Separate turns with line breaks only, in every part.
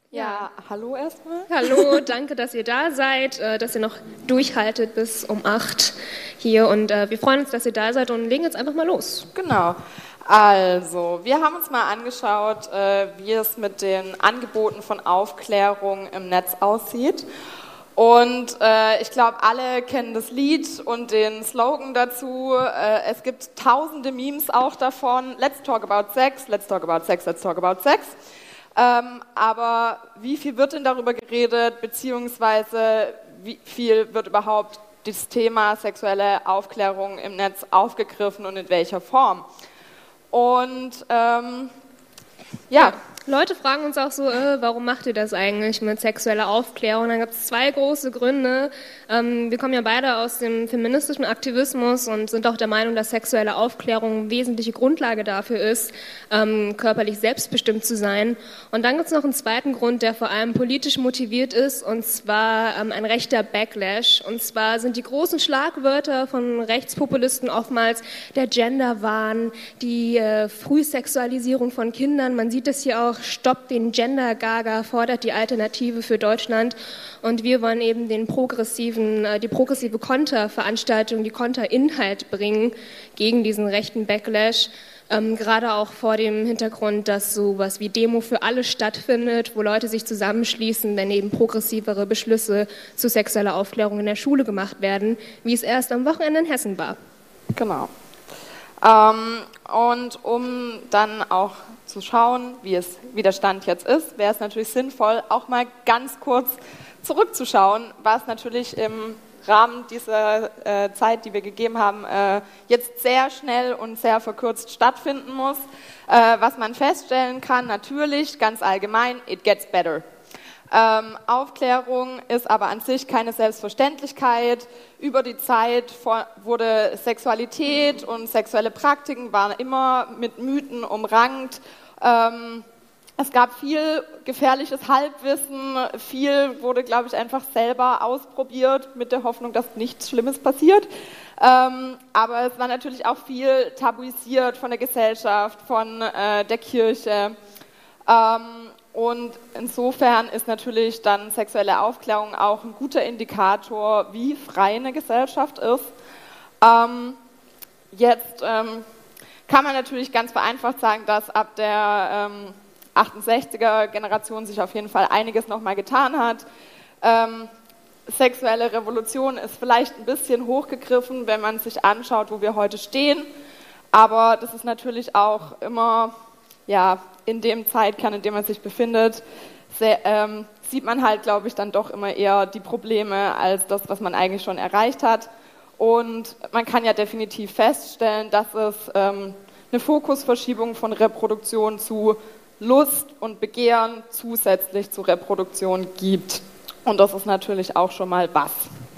Ja, hallo erstmal.
Hallo, danke, dass ihr da seid, dass ihr noch durchhaltet bis um 8 hier und wir freuen uns, dass ihr da seid und legen jetzt einfach mal los.
Genau. Also, wir haben uns mal angeschaut, wie es mit den Angeboten von Aufklärung im Netz aussieht. Und ich glaube, alle kennen das Lied und den Slogan dazu. Es gibt tausende Memes auch davon. Let's talk about sex, let's talk about sex, let's talk about sex. Aber wie viel wird denn darüber geredet, beziehungsweise wie viel wird überhaupt das Thema sexuelle Aufklärung im Netz aufgegriffen und in welcher Form? Und ja.
Leute fragen uns auch so, warum macht ihr das eigentlich mit sexueller Aufklärung? Da gibt es zwei große Gründe. Wir kommen ja beide aus dem feministischen Aktivismus und sind auch der Meinung, dass sexuelle Aufklärung eine wesentliche Grundlage dafür ist, körperlich selbstbestimmt zu sein. Und dann gibt es noch einen zweiten Grund, der vor allem politisch motiviert ist, und zwar ein rechter Backlash. Und zwar sind die großen Schlagwörter von Rechtspopulisten oftmals der Genderwahn, die Frühsexualisierung von Kindern. Man sieht das hier auch. Stoppt den Gender-Gaga, fordert die Alternative für Deutschland. Und wir wollen eben die progressive Konterveranstaltung, die Konterinhalt bringen gegen diesen rechten Backlash. Gerade auch vor dem Hintergrund, dass sowas wie Demo für alle stattfindet, wo Leute sich zusammenschließen, wenn eben progressivere Beschlüsse zu sexueller Aufklärung in der Schule gemacht werden, wie es erst am Wochenende in Hessen war.
Genau. Und um dann auch zu schauen, wie der Stand jetzt ist, wäre es natürlich sinnvoll, auch mal ganz kurz zurückzuschauen, was natürlich im Rahmen dieser Zeit, die wir gegeben haben, jetzt sehr schnell und sehr verkürzt stattfinden muss. Was man feststellen kann, natürlich ganz allgemein, it gets better. Aufklärung ist aber an sich keine Selbstverständlichkeit. Über die Zeit wurde Sexualität und sexuelle Praktiken waren immer mit Mythen umrankt. Es gab viel gefährliches Halbwissen, viel wurde, glaube ich, einfach selber ausprobiert mit der Hoffnung, dass nichts Schlimmes passiert. Aber es war natürlich auch viel tabuisiert von der Gesellschaft, von der Kirche. Und insofern ist natürlich dann sexuelle Aufklärung auch ein guter Indikator, wie frei eine Gesellschaft ist. Jetzt kann man natürlich ganz vereinfacht sagen, dass ab der 68er-Generation sich auf jeden Fall einiges nochmal getan hat. Sexuelle Revolution ist vielleicht ein bisschen hochgegriffen, wenn man sich anschaut, wo wir heute stehen. Aber das ist natürlich auch immer, ja, in dem Zeitkern, in dem man sich befindet, sieht man halt, glaube ich, dann doch immer eher die Probleme als das, was man eigentlich schon erreicht hat. Und man kann ja definitiv feststellen, dass es eine Fokusverschiebung von Reproduktion zu Lust und Begehren zusätzlich zu Reproduktion gibt. Und das ist natürlich auch schon mal was.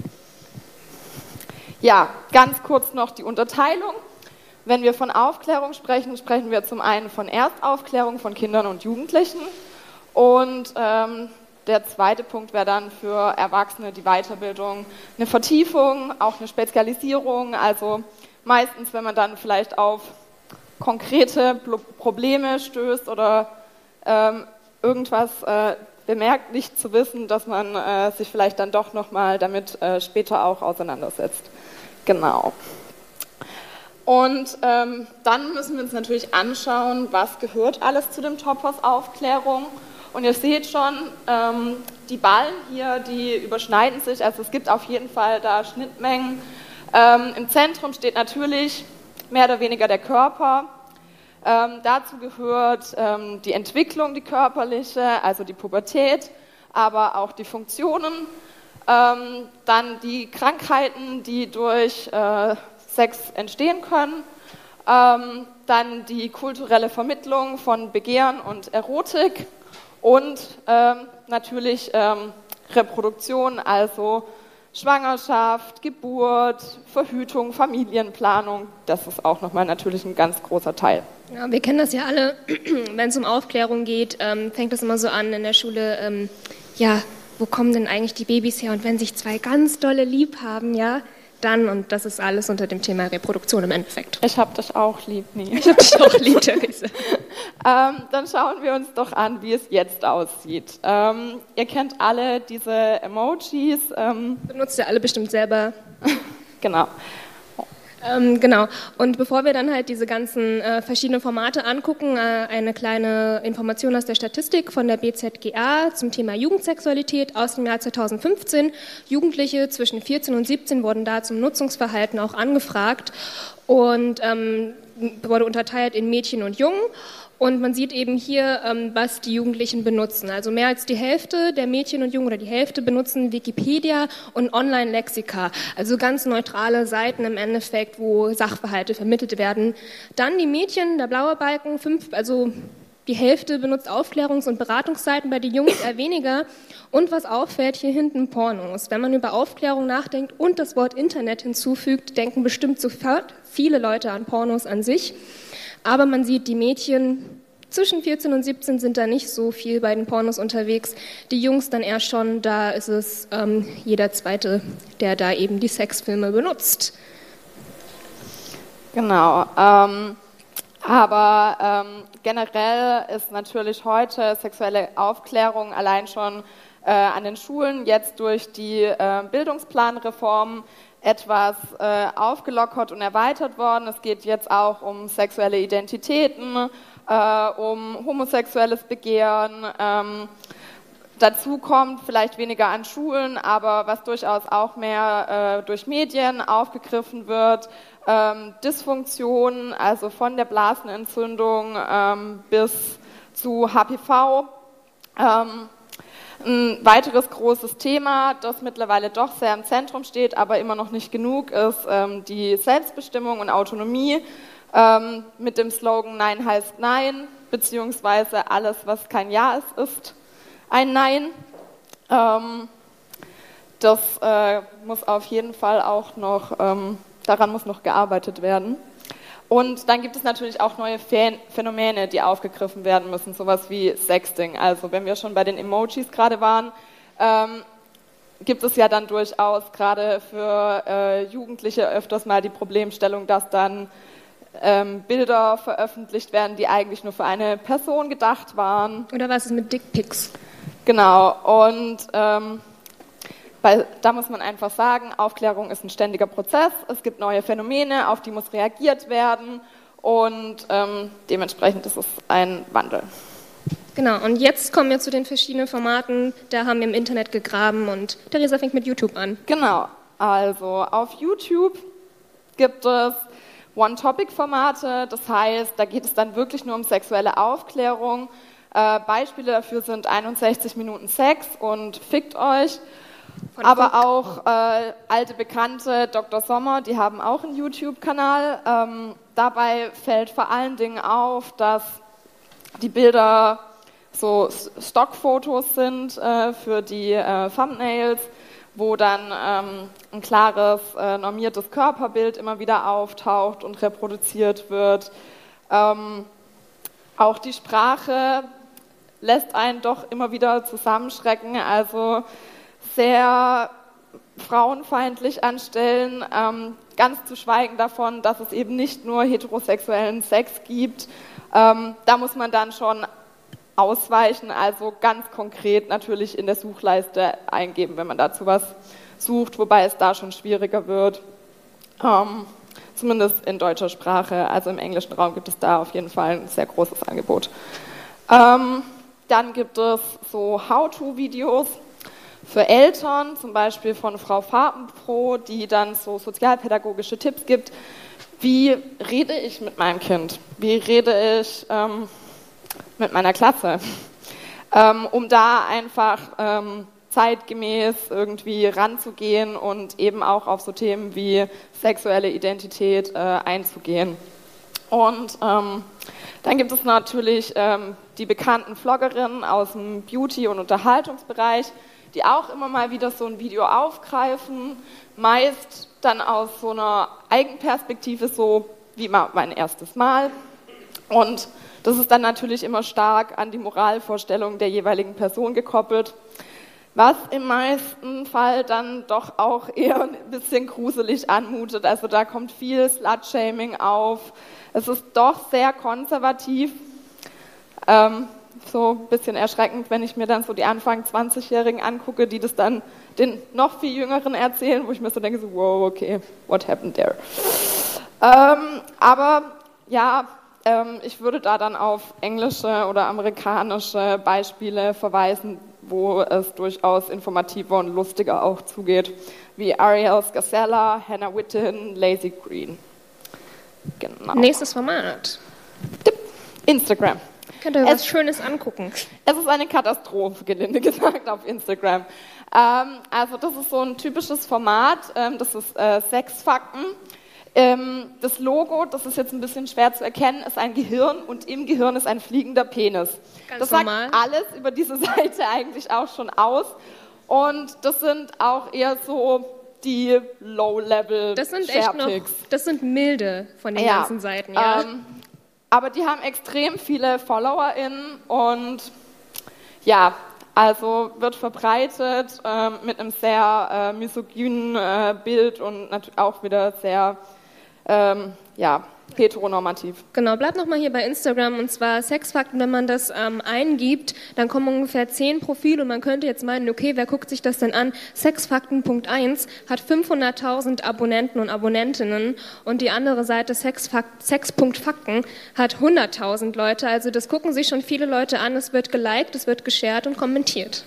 Ja, ganz kurz noch die Unterteilung. Wenn wir von Aufklärung sprechen, sprechen wir zum einen von Erstaufklärung von Kindern und Jugendlichen. Und der zweite Punkt wäre dann für Erwachsene die Weiterbildung, eine Vertiefung, auch eine Spezialisierung. Also meistens, wenn man dann vielleicht auf konkrete Probleme stößt oder irgendwas bemerkt, nicht zu wissen, dass man sich vielleicht dann doch nochmal damit später auch auseinandersetzt. Genau. Und dann müssen wir uns natürlich anschauen, was gehört alles zu dem Topos Aufklärung. Und ihr seht schon, die Ballen hier, die überschneiden sich, also es gibt auf jeden Fall da Schnittmengen. Im Zentrum steht natürlich mehr oder weniger der Körper. Dazu gehört die Entwicklung, die körperliche, also die Pubertät, aber auch die Funktionen. Dann die Krankheiten, die durch Sex entstehen können. Dann die kulturelle Vermittlung von Begehren und Erotik und natürlich Reproduktion, also Schwangerschaft, Geburt, Verhütung, Familienplanung. Das ist auch nochmal natürlich ein ganz großer Teil.
Ja, wir kennen das ja alle, wenn es um Aufklärung geht, fängt das immer so an in der Schule, ja, wo kommen denn eigentlich die Babys her? Und wenn sich zwei ganz dolle lieb haben, ja, dann, und das ist alles unter dem Thema Reproduktion im Endeffekt.
Ich hab dich auch lieb, Nie.
Ich hab dich auch lieb, Therese.
Dann schauen wir uns doch an, wie es jetzt aussieht. Ihr kennt alle diese Emojis.
Benutzt ihr alle bestimmt selber.
Genau.
Genau. Und bevor wir dann halt diese ganzen verschiedenen Formate angucken, eine kleine Information aus der Statistik von der BZGA zum Thema Jugendsexualität aus dem Jahr 2015. Jugendliche zwischen 14 und 17 wurden da zum Nutzungsverhalten auch angefragt und wurde unterteilt in Mädchen und Jungen. Und man sieht eben hier, was die Jugendlichen benutzen. Also mehr als die Hälfte der Mädchen und Jungen oder die Hälfte benutzen Wikipedia und Online-Lexika. Also ganz neutrale Seiten im Endeffekt, wo Sachverhalte vermittelt werden. Dann die Mädchen, der blaue Balken, also die Hälfte benutzt Aufklärungs- und Beratungsseiten, bei den Jungs eher weniger. Und was auffällt, hier hinten Pornos. Wenn man über Aufklärung nachdenkt und das Wort Internet hinzufügt, denken bestimmt sofort viele Leute an Pornos an sich. Aber man sieht, die Mädchen zwischen 14 und 17 sind da nicht so viel bei den Pornos unterwegs. Die Jungs dann eher schon, da ist es jeder Zweite, der da eben die Sexfilme benutzt.
Genau. Aber generell ist natürlich heute sexuelle Aufklärung allein schon an den Schulen jetzt durch die Bildungsplanreform etwas aufgelockert und erweitert worden. Es geht jetzt auch um sexuelle Identitäten, um homosexuelles Begehren. Dazu kommt vielleicht weniger an Schulen, aber was durchaus auch mehr durch Medien aufgegriffen wird, Dysfunktion, also von der Blasenentzündung bis zu HPV. Ein weiteres großes Thema, das mittlerweile doch sehr im Zentrum steht, aber immer noch nicht genug, ist die Selbstbestimmung und Autonomie mit dem Slogan Nein heißt Nein, beziehungsweise alles, was kein Ja ist ein Nein. Das muss auf jeden Fall auch noch, daran muss noch gearbeitet werden. Und dann gibt es natürlich auch neue Phänomene, die aufgegriffen werden müssen, sowas wie Sexting. Also wenn wir schon bei den Emojis gerade waren, gibt es ja dann durchaus gerade für Jugendliche öfters mal die Problemstellung, dass dann Bilder veröffentlicht werden, die eigentlich nur für eine Person gedacht waren.
Oder was ist mit Dickpics?
Genau, und da muss man einfach sagen, Aufklärung ist ein ständiger Prozess, es gibt neue Phänomene, auf die muss reagiert werden und dementsprechend ist es ein Wandel.
Genau, und jetzt kommen wir zu den verschiedenen Formaten, da haben wir im Internet gegraben und Theresa fängt mit YouTube an.
Genau, also auf YouTube gibt es One-Topic-Formate, das heißt, da geht es dann wirklich nur um sexuelle Aufklärung. Beispiele dafür sind 61 Minuten Sex und Fickt euch. Aber auch alte Bekannte, Dr. Sommer, die haben auch einen YouTube-Kanal. Dabei fällt vor allen Dingen auf, dass die Bilder so Stockfotos sind für die Thumbnails, wo dann ein klares, normiertes Körperbild immer wieder auftaucht und reproduziert wird. Auch die Sprache lässt einen doch immer wieder zusammenschrecken, also sehr frauenfeindlich anstellen, ganz zu schweigen davon, dass es eben nicht nur heterosexuellen Sex gibt. Da muss man dann schon ausweichen, also ganz konkret natürlich in der Suchleiste eingeben, wenn man dazu was sucht, wobei es da schon schwieriger wird, zumindest in deutscher Sprache, also im englischen Raum gibt es da auf jeden Fall ein sehr großes Angebot. Dann gibt es so How-to-Videos für Eltern, zum Beispiel von Frau Farbenpro, die dann so sozialpädagogische Tipps gibt. Wie rede ich mit meinem Kind? Wie rede ich mit meiner Klasse? Um da einfach zeitgemäß irgendwie ranzugehen und eben auch auf so Themen wie sexuelle Identität einzugehen. Und dann gibt es natürlich die bekannten Vloggerinnen aus dem Beauty- und Unterhaltungsbereich, die auch immer mal wieder so ein Video aufgreifen, meist dann aus so einer Eigenperspektive, so wie mein erstes Mal. Und das ist dann natürlich immer stark an die Moralvorstellung der jeweiligen Person gekoppelt. was im meisten Fall dann doch auch eher ein bisschen gruselig anmutet. Also da kommt viel Slut-Shaming auf. Es ist doch sehr konservativ. So ein bisschen erschreckend, wenn ich mir dann so die Anfang 20-Jährigen angucke, die das dann den noch viel Jüngeren erzählen, wo ich mir so denke, so, wow, okay, what happened there? Aber ja, ich würde da dann auf englische oder amerikanische Beispiele verweisen, wo es durchaus informativer und lustiger auch zugeht, wie Ariel Scarsella, Hannah Witton, Lazy Green. Genau.
Nächstes Format.
Instagram.
Könnt ihr was Schönes angucken.
Es ist eine Katastrophe, gelinde gesagt, auf Instagram. Also das ist so ein typisches Format, das ist Sexfakten. Das Logo, das ist jetzt ein bisschen schwer zu erkennen, ist ein Gehirn und im Gehirn ist ein fliegender Penis.
Ganz
das
normal.
Sagt alles über diese Seite eigentlich auch schon aus. Und das sind auch eher so die Low-Level-Sharepics.
Das sind echt noch, das sind milde von den ganzen Seiten, ja.
Aber die haben extrem viele FollowerInnen und ja, also wird verbreitet mit einem sehr misogynen Bild und natürlich auch wieder sehr heteronormativ.
Genau, bleibt nochmal hier bei Instagram und zwar Sexfakten, wenn man das eingibt, dann kommen ungefähr 10 Profile und man könnte jetzt meinen, okay, wer guckt sich das denn an? Sexfakten.1 hat 500.000 Abonnenten und Abonnentinnen und die andere Seite Sex.fakten hat 100.000 Leute, also das gucken sich schon viele Leute an, es wird geliked, es wird geshared und kommentiert.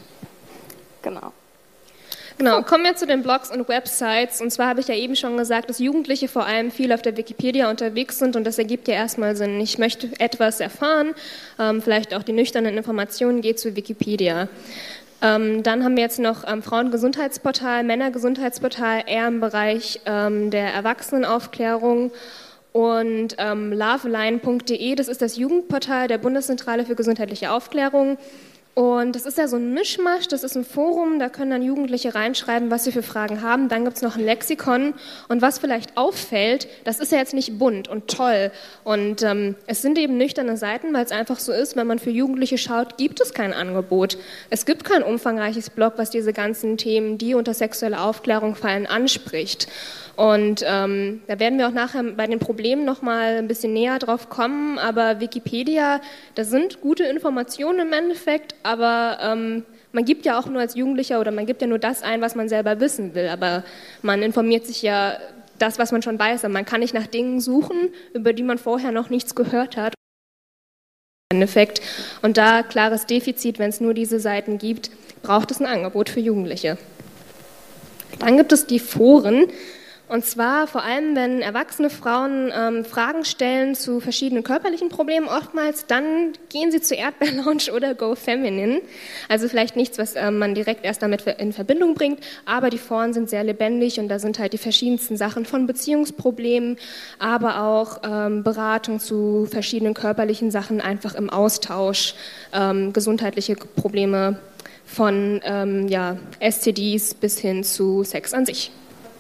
Genau, kommen wir zu den Blogs und Websites. Und zwar habe ich ja eben schon gesagt, dass Jugendliche vor allem viel auf der Wikipedia unterwegs sind und das ergibt ja erstmal Sinn. Ich möchte etwas erfahren, vielleicht auch die nüchternen Informationen, geht zu Wikipedia. Dann haben wir jetzt noch Frauengesundheitsportal, Männergesundheitsportal, eher im Bereich der Erwachsenenaufklärung. Und loveline.de, das ist das Jugendportal der Bundeszentrale für gesundheitliche Aufklärung. Und das ist ja so ein Mischmasch, das ist ein Forum, da können dann Jugendliche reinschreiben, was sie für Fragen haben. Dann gibt es noch ein Lexikon und was vielleicht auffällt, das ist ja jetzt nicht bunt und toll. Und es sind eben nüchterne Seiten, weil es einfach so ist, wenn man für Jugendliche schaut, gibt es kein Angebot. Es gibt kein umfangreiches Blog, was diese ganzen Themen, die unter sexuelle Aufklärung fallen, anspricht. Und da werden wir auch nachher bei den Problemen nochmal ein bisschen näher drauf kommen, aber Wikipedia, da sind gute Informationen im Endeffekt, aber man gibt ja auch nur als Jugendlicher oder man gibt ja nur das ein, was man selber wissen will, aber man informiert sich ja das, was man schon weiß, aber man kann nicht nach Dingen suchen, über die man vorher noch nichts gehört hat. Im Endeffekt. Und da klares Defizit, wenn es nur diese Seiten gibt, braucht es ein Angebot für Jugendliche. Dann gibt es die Foren. Und zwar vor allem, wenn erwachsene Frauen Fragen stellen zu verschiedenen körperlichen Problemen oftmals, dann gehen sie zu Erdbeerlounge oder GoFeminine. Also vielleicht nichts, was man direkt erst damit in Verbindung bringt, aber die Foren sind sehr lebendig und da sind halt die verschiedensten Sachen von Beziehungsproblemen, aber auch Beratung zu verschiedenen körperlichen Sachen einfach im Austausch, gesundheitliche Probleme von STDs bis hin zu Sex an sich.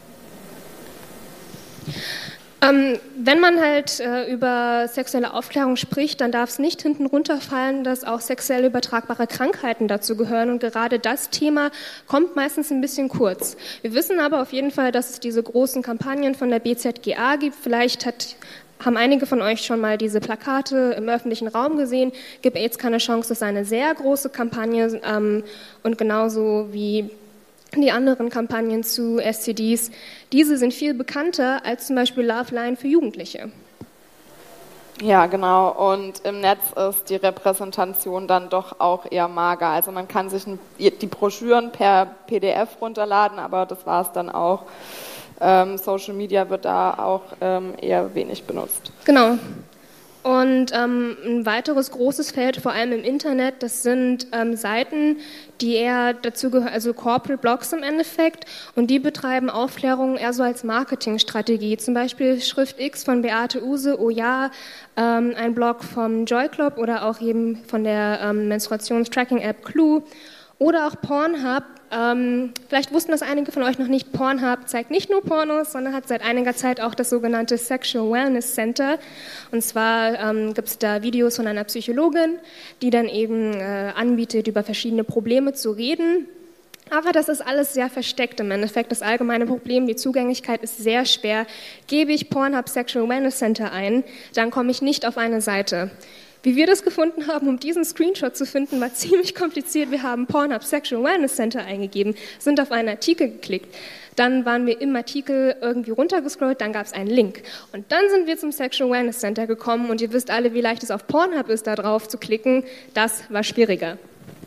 Wenn man halt über sexuelle Aufklärung spricht, dann darf es nicht hinten runterfallen, dass auch sexuell übertragbare Krankheiten dazu gehören und gerade das Thema kommt meistens ein bisschen kurz. Wir wissen aber auf jeden Fall, dass es diese großen Kampagnen von der BZGA gibt. Vielleicht haben einige von euch schon mal diese Plakate im öffentlichen Raum gesehen. Gib AIDS keine Chance, das ist eine sehr große Kampagne und genauso wie die anderen Kampagnen zu STDs, diese sind viel bekannter als zum Beispiel Loveline für Jugendliche.
Ja, genau. Und im Netz ist die Repräsentation dann doch auch eher mager. Also man kann sich die Broschüren per PDF runterladen, aber das war es dann auch. Social Media wird da auch eher wenig benutzt.
Genau. Und ein weiteres großes Feld, vor allem im Internet, das sind Seiten, die eher dazu gehören, also Corporate Blogs im Endeffekt, und die betreiben Aufklärung eher so als Marketingstrategie. Zum Beispiel Schrift X von Beate Uhse, Oh ja, ein Blog vom Joy Club oder auch eben von der Menstruationstracking-App Clue oder auch Pornhub. Vielleicht wussten das einige von euch noch nicht, Pornhub zeigt nicht nur Pornos, sondern hat seit einiger Zeit auch das sogenannte Sexual Wellness Center. Und zwar gibt es da Videos von einer Psychologin, die dann eben anbietet, über verschiedene Probleme zu reden. Aber das ist alles sehr versteckt im Endeffekt. Das allgemeine Problem, die Zugänglichkeit ist sehr schwer. Gebe ich Pornhub Sexual Awareness Center ein, dann komme ich nicht auf eine Seite. Wie wir das gefunden haben, um diesen Screenshot zu finden, war ziemlich kompliziert. Wir haben Pornhub Sexual Awareness Center eingegeben, sind auf einen Artikel geklickt. Dann waren wir im Artikel irgendwie runtergescrollt, dann gab es einen Link. Und dann sind wir zum Sexual Awareness Center gekommen und ihr wisst alle, wie leicht es auf Pornhub ist, da drauf zu klicken. Das war schwieriger.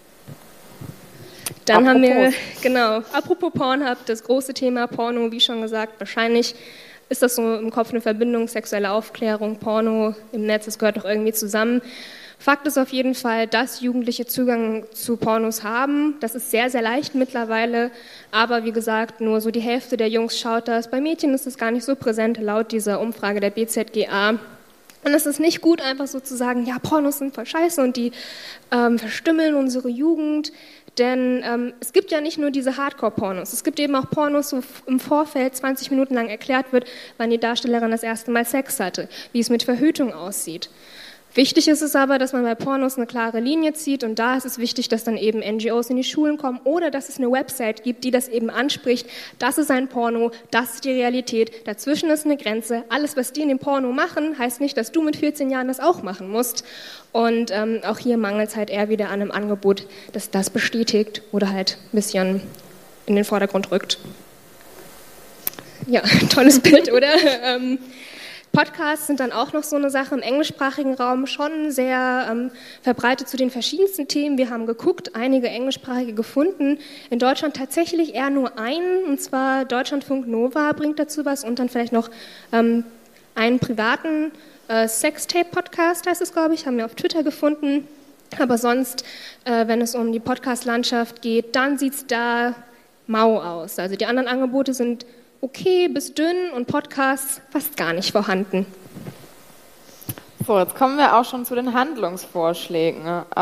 Dann haben wir, genau, apropos Pornhub, das große Thema Porno, wie schon gesagt, wahrscheinlich ist das so im Kopf eine Verbindung, sexuelle Aufklärung, Porno im Netz, das gehört doch irgendwie zusammen. Fakt ist auf jeden Fall, dass Jugendliche Zugang zu Pornos haben. Das ist sehr, sehr leicht mittlerweile, aber wie gesagt, nur so die Hälfte der Jungs schaut das. Bei Mädchen ist es gar nicht so präsent, laut dieser Umfrage der BZGA. Und es ist nicht gut, einfach so zu sagen, ja, Pornos sind voll scheiße und die verstümmeln unsere Jugend. Denn es gibt ja nicht nur diese Hardcore-Pornos, es gibt eben auch Pornos, wo im Vorfeld 20 Minuten lang erklärt wird, wann die Darstellerin das erste Mal Sex hatte, wie es mit Verhütung aussieht. Wichtig ist es aber, dass man bei Pornos eine klare Linie zieht und da ist es wichtig, dass dann eben NGOs in die Schulen kommen oder dass es eine Website gibt, die das eben anspricht. Das ist ein Porno, das ist die Realität, dazwischen ist eine Grenze. Alles, was die in dem Porno machen, heißt nicht, dass du mit 14 Jahren das auch machen musst. Und auch hier mangelt es halt eher wieder an einem Angebot, das das bestätigt oder halt ein bisschen in den Vordergrund rückt. Ja, tolles Bild, oder? Podcasts sind dann auch noch so eine Sache im englischsprachigen Raum, schon sehr verbreitet zu den verschiedensten Themen. Wir haben geguckt, einige englischsprachige gefunden. In Deutschland tatsächlich eher nur einen, und zwar Deutschlandfunk Nova bringt dazu was und dann vielleicht noch einen privaten Sextape-Podcast, heißt es, glaube ich, haben wir auf Twitter gefunden. Aber sonst, wenn es um die Podcast-Landschaft geht, dann sieht es da mau aus. Also die anderen Angebote sind okay bis dünn und Podcasts fast gar nicht vorhanden.
So, jetzt kommen wir auch schon zu den Handlungsvorschlägen.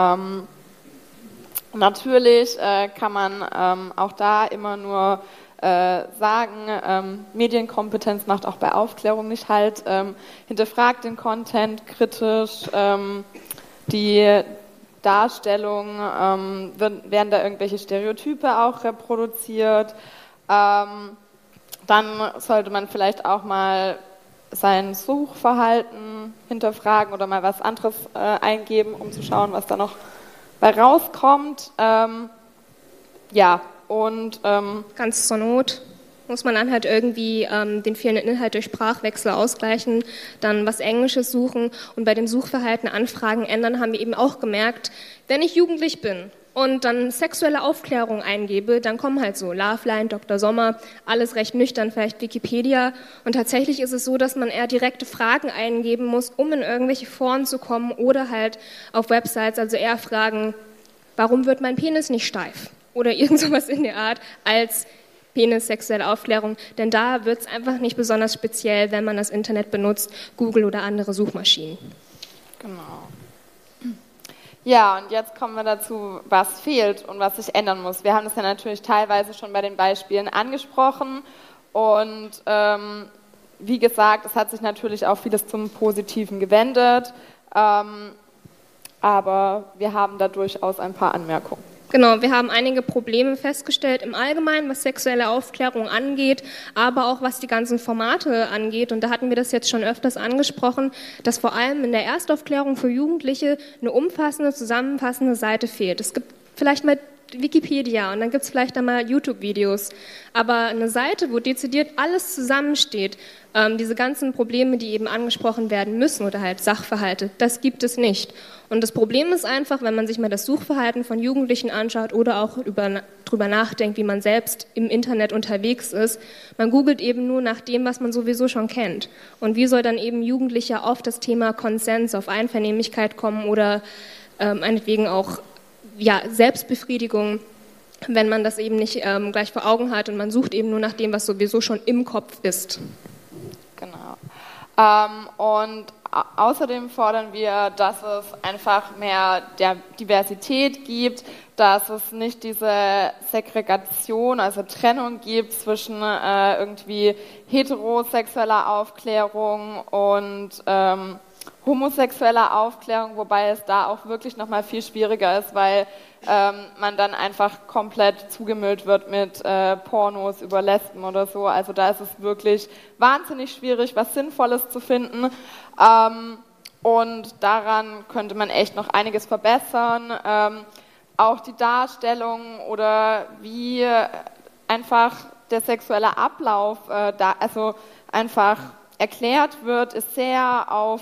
Natürlich kann man auch da immer nur sagen, Medienkompetenz macht auch bei Aufklärung nicht halt. Hinterfragt den Content kritisch, die Darstellung, werden da irgendwelche Stereotype auch reproduziert. Dann sollte man vielleicht auch mal sein Suchverhalten hinterfragen oder mal was anderes eingeben, um zu schauen, was da noch bei rauskommt.
Ganz zur Not muss man dann halt irgendwie den fehlenden Inhalt durch Sprachwechsel ausgleichen, dann was Englisches suchen und bei dem Suchverhalten Anfragen ändern, haben wir eben auch gemerkt, wenn ich jugendlich bin und dann sexuelle Aufklärung eingebe, dann kommen halt so Loveline, Dr. Sommer, alles recht nüchtern, vielleicht Wikipedia. Und tatsächlich ist es so, dass man eher direkte Fragen eingeben muss, um in irgendwelche Foren zu kommen oder halt auf Websites, also eher Fragen, warum wird mein Penis nicht steif? Oder irgend sowas in der Art als Penis, sexuelle Aufklärung. Denn da wird es einfach nicht besonders speziell, wenn man das Internet benutzt, Google oder andere Suchmaschinen.
Genau. Ja, und jetzt kommen wir dazu, was fehlt und was sich ändern muss. Wir haben das ja natürlich teilweise schon bei den Beispielen angesprochen und wie gesagt, es hat sich natürlich auch vieles zum Positiven gewendet, aber wir haben da durchaus ein paar Anmerkungen.
Genau, wir haben einige Probleme festgestellt im Allgemeinen, was sexuelle Aufklärung angeht, aber auch was die ganzen Formate angeht. Und da hatten wir das jetzt schon öfters angesprochen, dass vor allem in der Erstaufklärung für Jugendliche eine umfassende, zusammenfassende Seite fehlt. Es gibt vielleicht mal Wikipedia und dann gibt es vielleicht einmal YouTube-Videos. Aber eine Seite, wo dezidiert alles zusammensteht, diese ganzen Probleme, die eben angesprochen werden müssen oder halt Sachverhalte, das gibt es nicht. Und das Problem ist einfach, wenn man sich mal das Suchverhalten von Jugendlichen anschaut oder auch drüber nachdenkt, wie man selbst im Internet unterwegs ist, man googelt eben nur nach dem, was man sowieso schon kennt. Und wie soll dann eben Jugendliche auf das Thema Konsens, auf Einvernehmlichkeit kommen oder meinetwegen auch Selbstbefriedigung, wenn man das eben nicht gleich vor Augen hat und man sucht eben nur nach dem, was sowieso schon im Kopf ist.
Genau. Und außerdem fordern wir, dass es einfach mehr der Diversität gibt, dass es nicht diese Segregation, also Trennung gibt zwischen irgendwie heterosexueller Aufklärung und homosexueller Aufklärung, wobei es da auch wirklich nochmal viel schwieriger ist, weil man dann einfach komplett zugemüllt wird mit Pornos über Lesben oder so. Also da ist es wirklich wahnsinnig schwierig, was Sinnvolles zu finden. Und daran könnte man echt noch einiges verbessern. Auch die Darstellung oder wie einfach der sexuelle Ablauf also einfach erklärt wird, ist sehr auf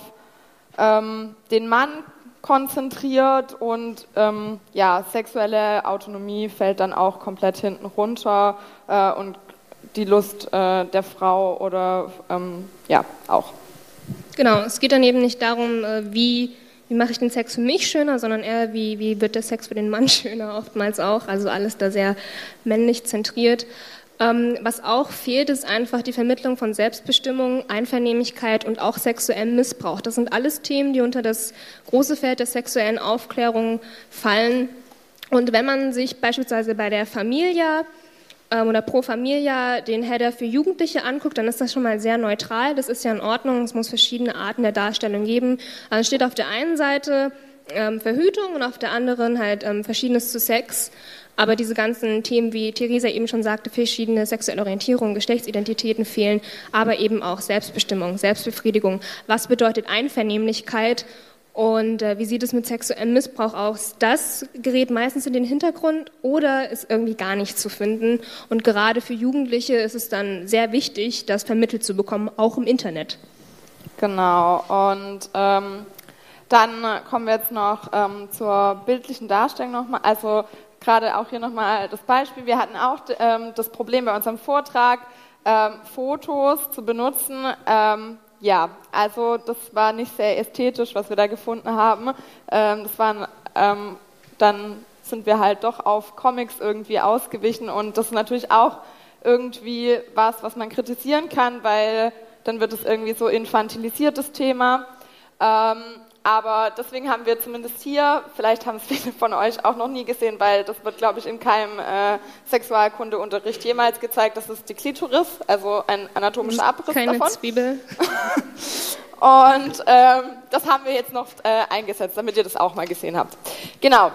den Mann konzentriert und sexuelle Autonomie fällt dann auch komplett hinten runter und die Lust der Frau oder auch.
Genau, es geht dann eben nicht darum, wie mache ich den Sex für mich schöner, sondern eher, wie wird der Sex für den Mann schöner, oftmals auch. Also alles da sehr männlich zentriert. Was auch fehlt, ist einfach die Vermittlung von Selbstbestimmung, Einvernehmlichkeit und auch sexuellem Missbrauch. Das sind alles Themen, die unter das große Feld der sexuellen Aufklärung fallen. Und wenn man sich beispielsweise bei der Familia oder Pro Familia den Header für Jugendliche anguckt, dann ist das schon mal sehr neutral. Das ist ja in Ordnung. Es muss verschiedene Arten der Darstellung geben. Also es steht auf der einen Seite Verhütung und auf der anderen halt Verschiedenes zu Sex. Aber diese ganzen Themen, wie Theresa eben schon sagte, verschiedene sexuelle Orientierungen, Geschlechtsidentitäten fehlen, aber eben auch Selbstbestimmung, Selbstbefriedigung. Was bedeutet Einvernehmlichkeit und wie sieht es mit sexuellem Missbrauch aus? Das gerät meistens in den Hintergrund oder ist irgendwie gar nicht zu finden. Und gerade für Jugendliche ist es dann sehr wichtig, das vermittelt zu bekommen, auch im Internet.
Genau, und dann kommen wir jetzt noch zur bildlichen Darstellung nochmal. Also gerade auch hier nochmal das Beispiel. Wir hatten auch das Problem bei unserem Vortrag, Fotos zu benutzen. Also das war nicht sehr ästhetisch, was wir da gefunden haben. Dann sind wir halt doch auf Comics irgendwie ausgewichen und das ist natürlich auch irgendwie was man kritisieren kann, weil dann wird es irgendwie so infantilisiert, das Thema. Aber deswegen haben wir zumindest hier, vielleicht haben es viele von euch auch noch nie gesehen, weil das wird, glaube ich, in keinem Sexualkundeunterricht jemals gezeigt, das ist die Klitoris, also ein anatomischer Abriss
Keine
davon.
Zwiebel.
Und das haben wir jetzt noch eingesetzt, damit ihr das auch mal gesehen habt. Genau.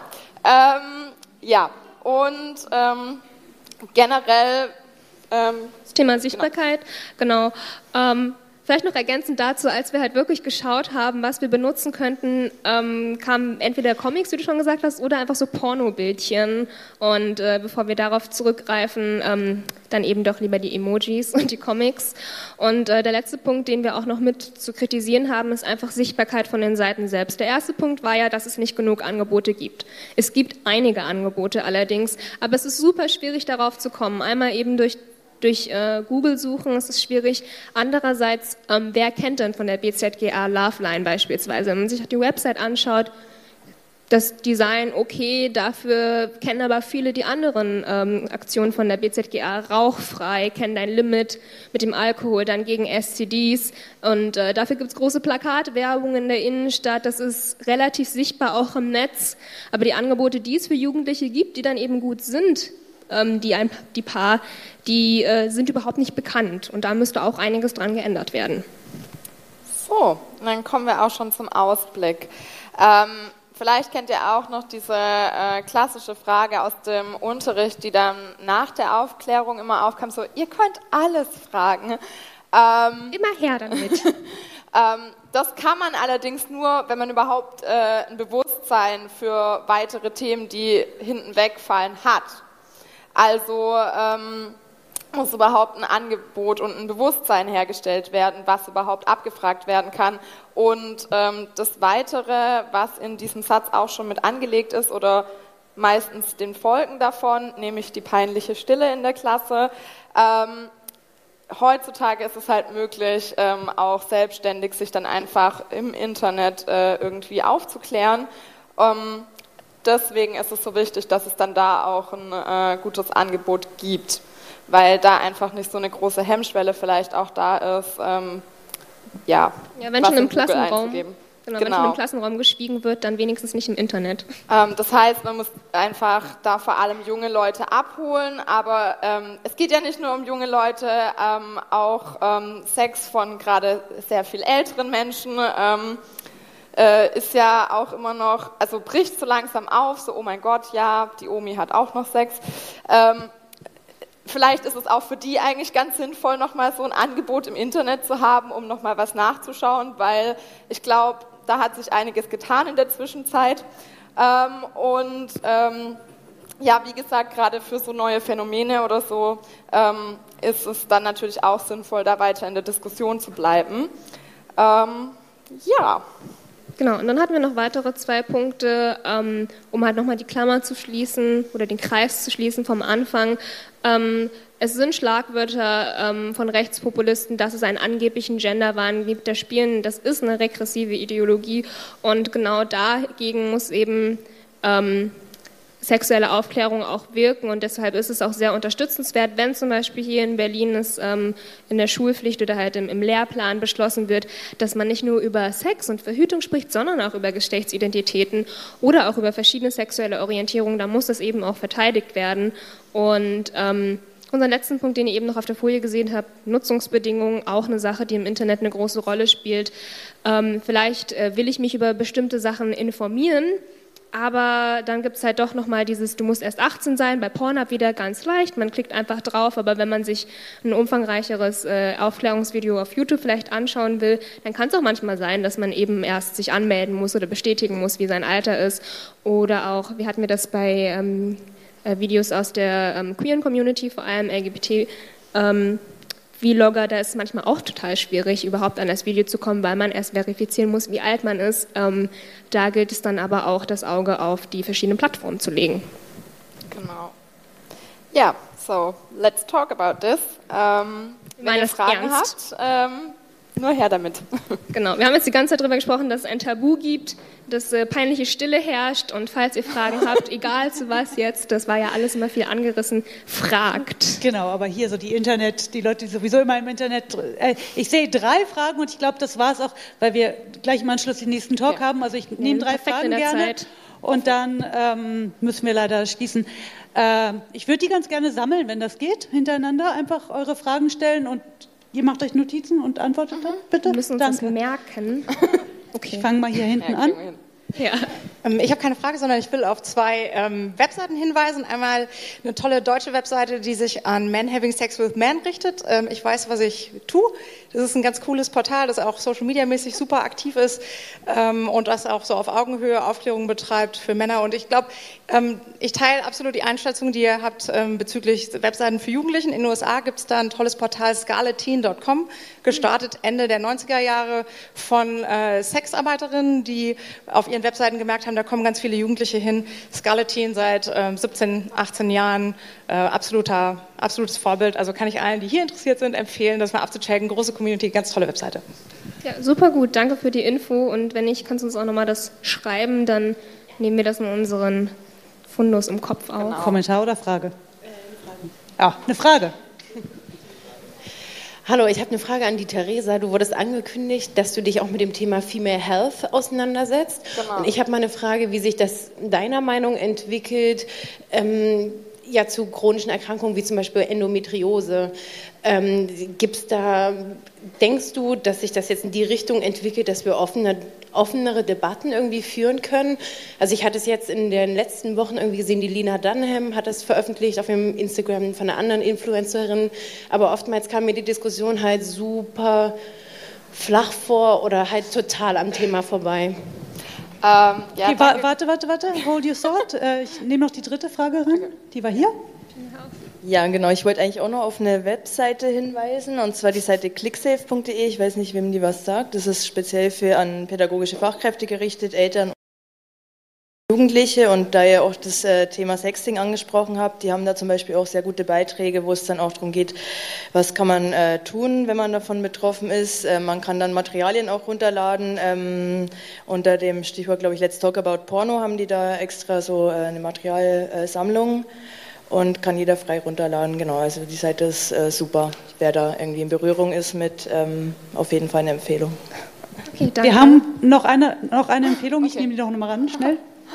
Generell
das Thema Sichtbarkeit, genau. Vielleicht noch ergänzend dazu, als wir halt wirklich geschaut haben, was wir benutzen könnten, kamen entweder Comics, wie du schon gesagt hast, oder einfach so Pornobildchen. Und bevor wir darauf zurückgreifen, dann eben doch lieber die Emojis und die Comics. Und der letzte Punkt, den wir auch noch mit zu kritisieren haben, ist einfach Sichtbarkeit von den Seiten selbst. Der erste Punkt war ja, dass es nicht genug Angebote gibt. Es gibt einige Angebote allerdings, aber es ist super schwierig, darauf zu kommen. Einmal eben durch Google suchen, ist es schwierig. Andererseits, wer kennt denn von der BZGA Loveline beispielsweise? Wenn man sich die Website anschaut, das Design okay, dafür kennen aber viele die anderen Aktionen von der BZGA, rauchfrei, kennen dein Limit mit dem Alkohol, dann gegen STDs und dafür gibt es große Plakatwerbung in der Innenstadt, das ist relativ sichtbar auch im Netz, aber die Angebote, die es für Jugendliche gibt, die dann eben gut sind, die sind überhaupt nicht bekannt und da müsste auch einiges dran geändert werden.
So, dann kommen wir auch schon zum Ausblick. Vielleicht kennt ihr auch noch diese klassische Frage aus dem Unterricht, die dann nach der Aufklärung immer aufkam, so, ihr könnt alles fragen.
Immer her damit.
Das kann man allerdings nur, wenn man überhaupt ein Bewusstsein für weitere Themen, die hinten wegfallen, hat. Also muss überhaupt ein Angebot und ein Bewusstsein hergestellt werden, was überhaupt abgefragt werden kann. Und das Weitere, was in diesem Satz auch schon mit angelegt ist oder meistens den Folgen davon, nämlich die peinliche Stille in der Klasse. Heutzutage ist es halt möglich, auch selbstständig sich dann einfach im Internet irgendwie aufzuklären. Deswegen ist es so wichtig, dass es dann da auch ein gutes Angebot gibt, weil da einfach nicht so eine große Hemmschwelle vielleicht auch da ist,
wenn schon im Klassenraum, wenn schon im Klassenraum geschwiegen wird, dann wenigstens nicht im Internet.
Das heißt, man muss einfach da vor allem junge Leute abholen, aber es geht ja nicht nur um junge Leute, auch Sex von gerade sehr viel älteren Menschen ist ja auch immer noch, also bricht so langsam auf, so oh mein Gott, ja, die Omi hat auch noch Sex. Vielleicht ist es auch für die eigentlich ganz sinnvoll, nochmal so ein Angebot im Internet zu haben, um nochmal was nachzuschauen, weil ich glaube, da hat sich einiges getan in der Zwischenzeit. Ja, wie gesagt, gerade für so neue Phänomene oder so ist es dann natürlich auch sinnvoll, da weiter in der Diskussion zu bleiben. Ja.
Genau, und dann hatten wir noch weitere 2 Punkte, um halt nochmal die Klammer zu schließen oder den Kreis zu schließen vom Anfang. Es sind Schlagwörter von Rechtspopulisten, dass es einen angeblichen Genderwahn gibt. Das Spielen, das ist eine regressive Ideologie und genau dagegen muss eben sexuelle Aufklärung auch wirken und deshalb ist es auch sehr unterstützenswert, wenn zum Beispiel hier in Berlin es in der Schulpflicht oder halt im Lehrplan beschlossen wird, dass man nicht nur über Sex und Verhütung spricht, sondern auch über Geschlechtsidentitäten oder auch über verschiedene sexuelle Orientierungen. Da muss das eben auch verteidigt werden. Und unseren letzten Punkt, den ihr eben noch auf der Folie gesehen habt, Nutzungsbedingungen, auch eine Sache, die im Internet eine große Rolle spielt. Vielleicht will ich mich über bestimmte Sachen informieren, aber dann gibt es halt doch nochmal dieses, du musst erst 18 sein, bei Pornhub wieder ganz leicht, man klickt einfach drauf, aber wenn man sich ein umfangreicheres Aufklärungsvideo auf YouTube vielleicht anschauen will, dann kann es auch manchmal sein, dass man eben erst sich anmelden muss oder bestätigen muss, wie sein Alter ist. Oder auch, wie hatten wir das bei Videos aus der queeren Community, vor allem LGBT, Vlogger, da ist es manchmal auch total schwierig, überhaupt an das Video zu kommen, weil man erst verifizieren muss, wie alt man ist. Da gilt es dann aber auch, das Auge auf die verschiedenen Plattformen zu legen.
Genau. Ja, so, let's talk about this. Wenn ihr Fragen habt, nur her damit.
Genau, wir haben jetzt die ganze Zeit darüber gesprochen, dass es ein Tabu gibt, dass peinliche Stille herrscht und falls ihr Fragen habt, egal zu was jetzt, das war ja alles immer viel angerissen, fragt.
Genau, aber hier so die Leute, die sowieso immer im Internet, ich sehe 3 Fragen und ich glaube, das war es auch, weil wir gleich im Anschluss den nächsten Talk haben, also ich nehme 3 Fragen gerne Zeit. Und dann müssen wir leider schließen. Ich würde die ganz gerne sammeln, wenn das geht, hintereinander, einfach eure Fragen stellen und ihr macht euch Notizen und antwortet dann, bitte.
Wir müssen uns das merken.
Okay. Ich fange mal hier hinten an.
Ja. Ich habe keine Frage, sondern ich will auf 2 Webseiten hinweisen. Einmal eine tolle deutsche Webseite, die sich an Men Having Sex with Men richtet. Ich weiß, was ich tue. Das ist ein ganz cooles Portal, das auch Social-Media-mäßig super aktiv ist und das auch so auf Augenhöhe Aufklärung betreibt für Männer. Und ich glaube, ich teile absolut die Einschätzung, die ihr habt bezüglich Webseiten für Jugendlichen. In den USA gibt es da ein tolles Portal, scarletteen.com, gestartet Ende der 90er Jahre von Sexarbeiterinnen, die auf ihren Webseiten gemerkt haben, da kommen ganz viele Jugendliche hin. Scarletteen seit 17, 18 Jahren, absolutes Vorbild. Also kann ich allen, die hier interessiert sind, empfehlen, das mal abzuchecken. Große Community, ganz tolle Webseite.
Ja, super gut, danke für die Info. Und wenn nicht, kannst du uns auch nochmal das schreiben, dann nehmen wir das in unseren Fundus im Kopf auf.
Genau. Kommentar oder Frage? Eine Frage.
Hallo, ich habe eine Frage an die Theresa. Du wurdest angekündigt, dass du dich auch mit dem Thema Female Health auseinandersetzt. Genau. Und ich habe mal eine Frage, wie sich das deiner Meinung entwickelt, zu chronischen Erkrankungen wie zum Beispiel Endometriose. Denkst du, dass sich das jetzt in die Richtung entwickelt, dass wir offenere Debatten irgendwie führen können? Also ich hatte es jetzt in den letzten Wochen irgendwie gesehen, die Lena Dunham hat das veröffentlicht auf ihrem Instagram von einer anderen Influencerin, aber oftmals kam mir die Diskussion halt super flach vor oder halt total am Thema vorbei.
Okay, warte, hold your thought. Ich nehme noch die 3. Frage ran. Die war hier.
Ja, genau. Ich wollte eigentlich auch noch auf eine Webseite hinweisen, und zwar die Seite clicksafe.de. Ich weiß nicht, wem die was sagt. Das ist speziell an pädagogische Fachkräfte gerichtet, Eltern und Jugendliche. Und da ihr auch das Thema Sexting angesprochen habt, die haben da zum Beispiel auch sehr gute Beiträge, wo es dann auch darum geht, was kann man tun, wenn man davon betroffen ist. Man kann dann Materialien auch runterladen. Unter dem Stichwort, glaube ich, Let's Talk About Porno haben die da extra so eine Materialsammlung. Und kann jeder frei runterladen, genau. Also die Seite ist super. Wer da irgendwie in Berührung ist mit, auf jeden Fall eine Empfehlung.
Okay, danke. Wir haben noch eine Empfehlung, ich nehme die noch mal ran, schnell.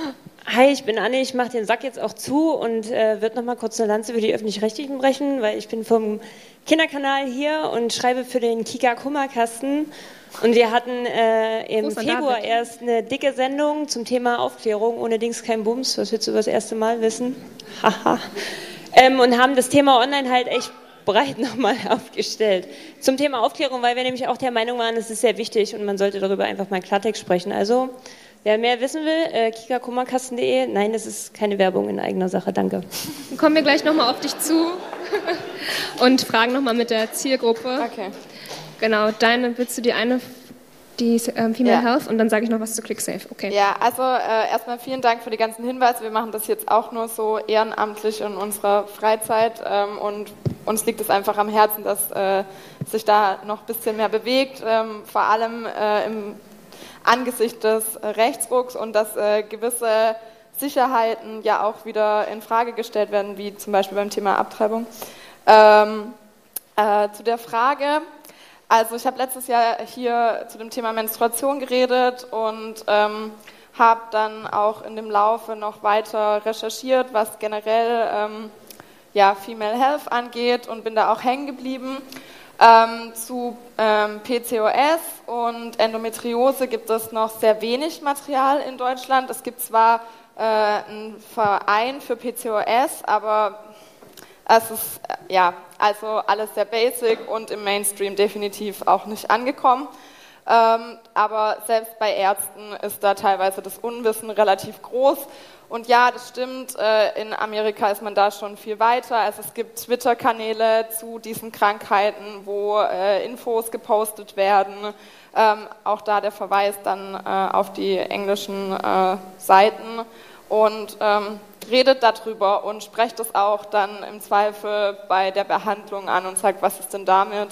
Hi, ich bin Anne, ich mache den Sack jetzt auch zu und würde noch mal kurz eine Lanze über die Öffentlich-Rechtlichen brechen, weil ich bin vom Kinderkanal hier und schreibe für den Kika Kummerkasten. Und wir hatten im Februar erst eine dicke Sendung zum Thema Aufklärung, ohne Dings kein Bums, was wir jetzt über das erste Mal wissen. Haha. Und haben das Thema online halt echt breit nochmal aufgestellt. Zum Thema Aufklärung, weil wir nämlich auch der Meinung waren, es ist sehr wichtig und man sollte darüber einfach mal Klartext sprechen. Also, wer mehr wissen will, kikakummerkasten.de. Nein, das ist keine Werbung in eigener Sache, danke.
Dann kommen wir gleich nochmal auf dich zu und fragen nochmal mit der Zielgruppe.
Okay.
Genau, deine, willst du die Female Health und dann sage ich noch was zu ClickSafe. Okay.
Ja, also erstmal vielen Dank für die ganzen Hinweise. Wir machen das jetzt auch nur so ehrenamtlich in unserer Freizeit und uns liegt es einfach am Herzen, dass sich da noch ein bisschen mehr bewegt, vor allem im angesichts des Rechtsrucks und dass gewisse Sicherheiten ja auch wieder in Frage gestellt werden, wie zum Beispiel beim Thema Abtreibung. Zu der Frage, also ich habe letztes Jahr hier zu dem Thema Menstruation geredet und habe dann auch in dem Laufe noch weiter recherchiert, was generell Female Health angeht und bin da auch hängen geblieben. Zu PCOS und Endometriose gibt es noch sehr wenig Material in Deutschland. Es gibt zwar einen Verein für PCOS, aber es ist also alles sehr basic und im Mainstream definitiv auch nicht angekommen. Aber selbst bei Ärzten ist da teilweise das Unwissen relativ groß. Und ja, das stimmt, in Amerika ist man da schon viel weiter. Also es gibt Twitter-Kanäle zu diesen Krankheiten, wo Infos gepostet werden. Auch da der Verweis dann auf die englischen Seiten. Und redet darüber und sprecht es auch dann im Zweifel bei der Behandlung an und sagt, was ist denn damit?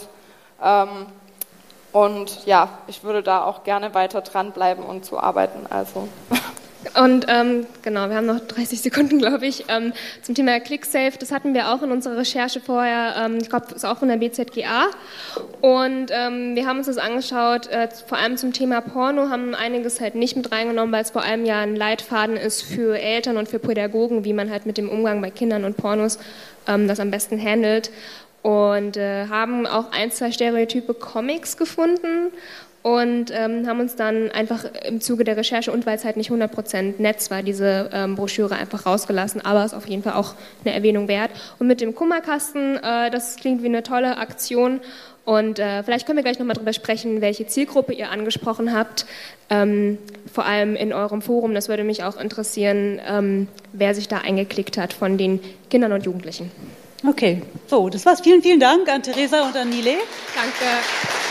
Und ja, ich würde da auch gerne weiter dranbleiben und zu arbeiten. Also.
Und genau, wir haben noch 30 Sekunden, glaube ich, zum Thema ClickSafe. Das hatten wir auch in unserer Recherche vorher, ich glaube, das ist auch von der BZGA. Und wir haben uns das angeschaut, vor allem zum Thema Porno, haben einiges halt nicht mit reingenommen, weil es vor allem ja ein Leitfaden ist für Eltern und für Pädagogen, wie man halt mit dem Umgang bei Kindern und Pornos das am besten handelt. Und haben auch 1, 2 Stereotype Comics gefunden. Und haben uns dann einfach im Zuge der Recherche und weil es halt nicht 100% Netz war, diese Broschüre einfach rausgelassen, aber ist auf jeden Fall auch eine Erwähnung wert. Und mit dem Kummerkasten, das klingt wie eine tolle Aktion und vielleicht können wir gleich nochmal drüber sprechen, welche Zielgruppe ihr angesprochen habt, vor allem in eurem Forum, das würde mich auch interessieren, wer sich da eingeklickt hat von den Kindern und Jugendlichen.
Okay, so, das war's. Vielen, vielen Dank an Theresa und an Nile.
Danke.